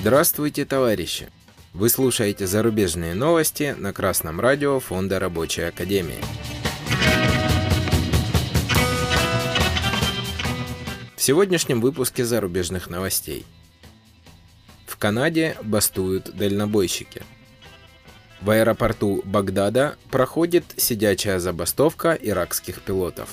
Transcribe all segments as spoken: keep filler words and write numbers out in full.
Здравствуйте, товарищи! Вы слушаете зарубежные новости на Красном радио Фонда Рабочей Академии. В сегодняшнем выпуске зарубежных новостей. В Канаде бастуют дальнобойщики. В аэропорту Багдада проходит сидячая забастовка иракских пилотов.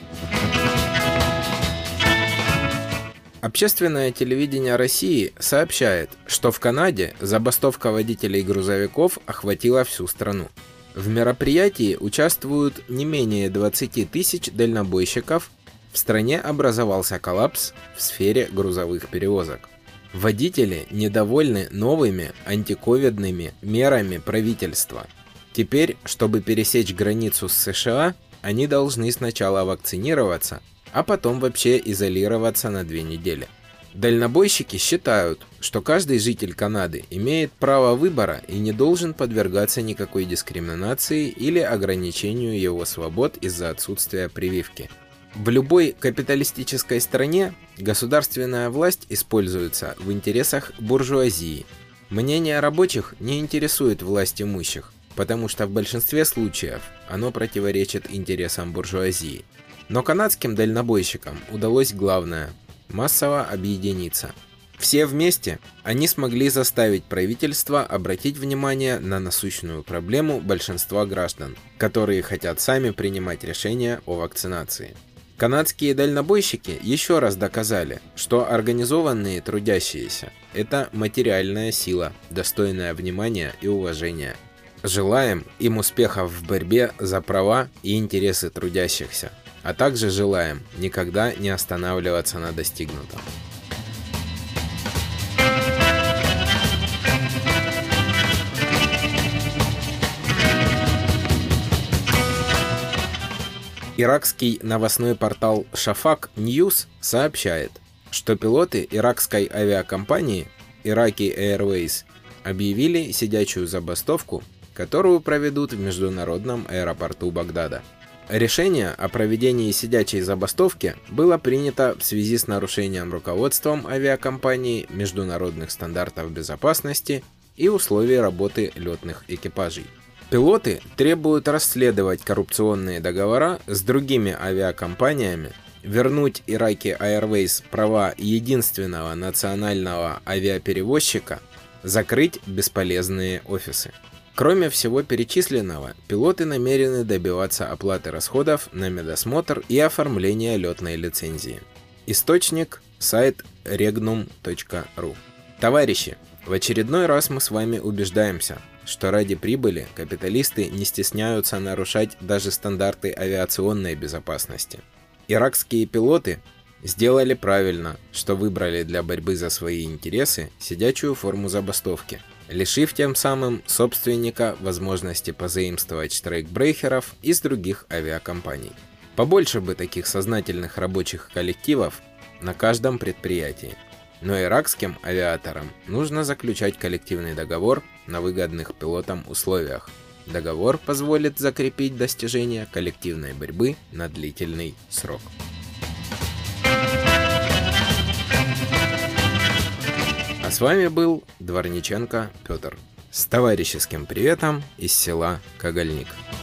Общественное телевидение России сообщает, что в Канаде забастовка водителей грузовиков охватила всю страну. В мероприятии участвуют не менее двадцати тысяч дальнобойщиков. В стране образовался коллапс в сфере грузовых перевозок. Водители недовольны новыми антиковидными мерами правительства. Теперь, чтобы пересечь границу с США, они должны сначала вакцинироваться, а потом вообще изолироваться на две недели. Дальнобойщики считают, что каждый житель Канады имеет право выбора и не должен подвергаться никакой дискриминации или ограничению его свобод из-за отсутствия прививки. В любой капиталистической стране государственная власть используется в интересах буржуазии. Мнение рабочих не интересует власть имущих, потому что в большинстве случаев оно противоречит интересам буржуазии. Но канадским дальнобойщикам удалось главное – массово объединиться. Все вместе они смогли заставить правительство обратить внимание на насущную проблему большинства граждан, которые хотят сами принимать решения о вакцинации. Канадские дальнобойщики еще раз доказали, что организованные трудящиеся – это материальная сила, достойная внимания и уважения. Желаем им успехов в борьбе за права и интересы трудящихся, а также желаем никогда не останавливаться на достигнутом. Иракский новостной портал Шафак Ньюс сообщает, что пилоты иракской авиакомпании Iraqi Airways объявили сидячую забастовку, которую проведут в международном аэропорту Багдада. Решение о проведении сидячей забастовки было принято в связи с нарушением руководством авиакомпании международных стандартов безопасности и условий работы летных экипажей. Пилоты требуют расследовать коррупционные договора с другими авиакомпаниями, вернуть Iraqi Airways права единственного национального авиаперевозчика, закрыть бесполезные офисы. Кроме всего перечисленного, пилоты намерены добиваться оплаты расходов на медосмотр и оформление летной лицензии. Источник – сайт regnum точка ру. Товарищи, в очередной раз мы с вами убеждаемся, что ради прибыли капиталисты не стесняются нарушать даже стандарты авиационной безопасности. Иракские пилоты сделали правильно, что выбрали для борьбы за свои интересы сидячую форму забастовки, лишив тем самым собственника возможности позаимствовать штрейкбрейкеров из других авиакомпаний. Побольше бы таких сознательных рабочих коллективов на каждом предприятии. Но иракским авиаторам нужно заключать коллективный договор на выгодных пилотам условиях. Договор позволит закрепить достижение коллективной борьбы на длительный срок. А с вами был Дворниченко Петр с товарищеским приветом из села Когольник.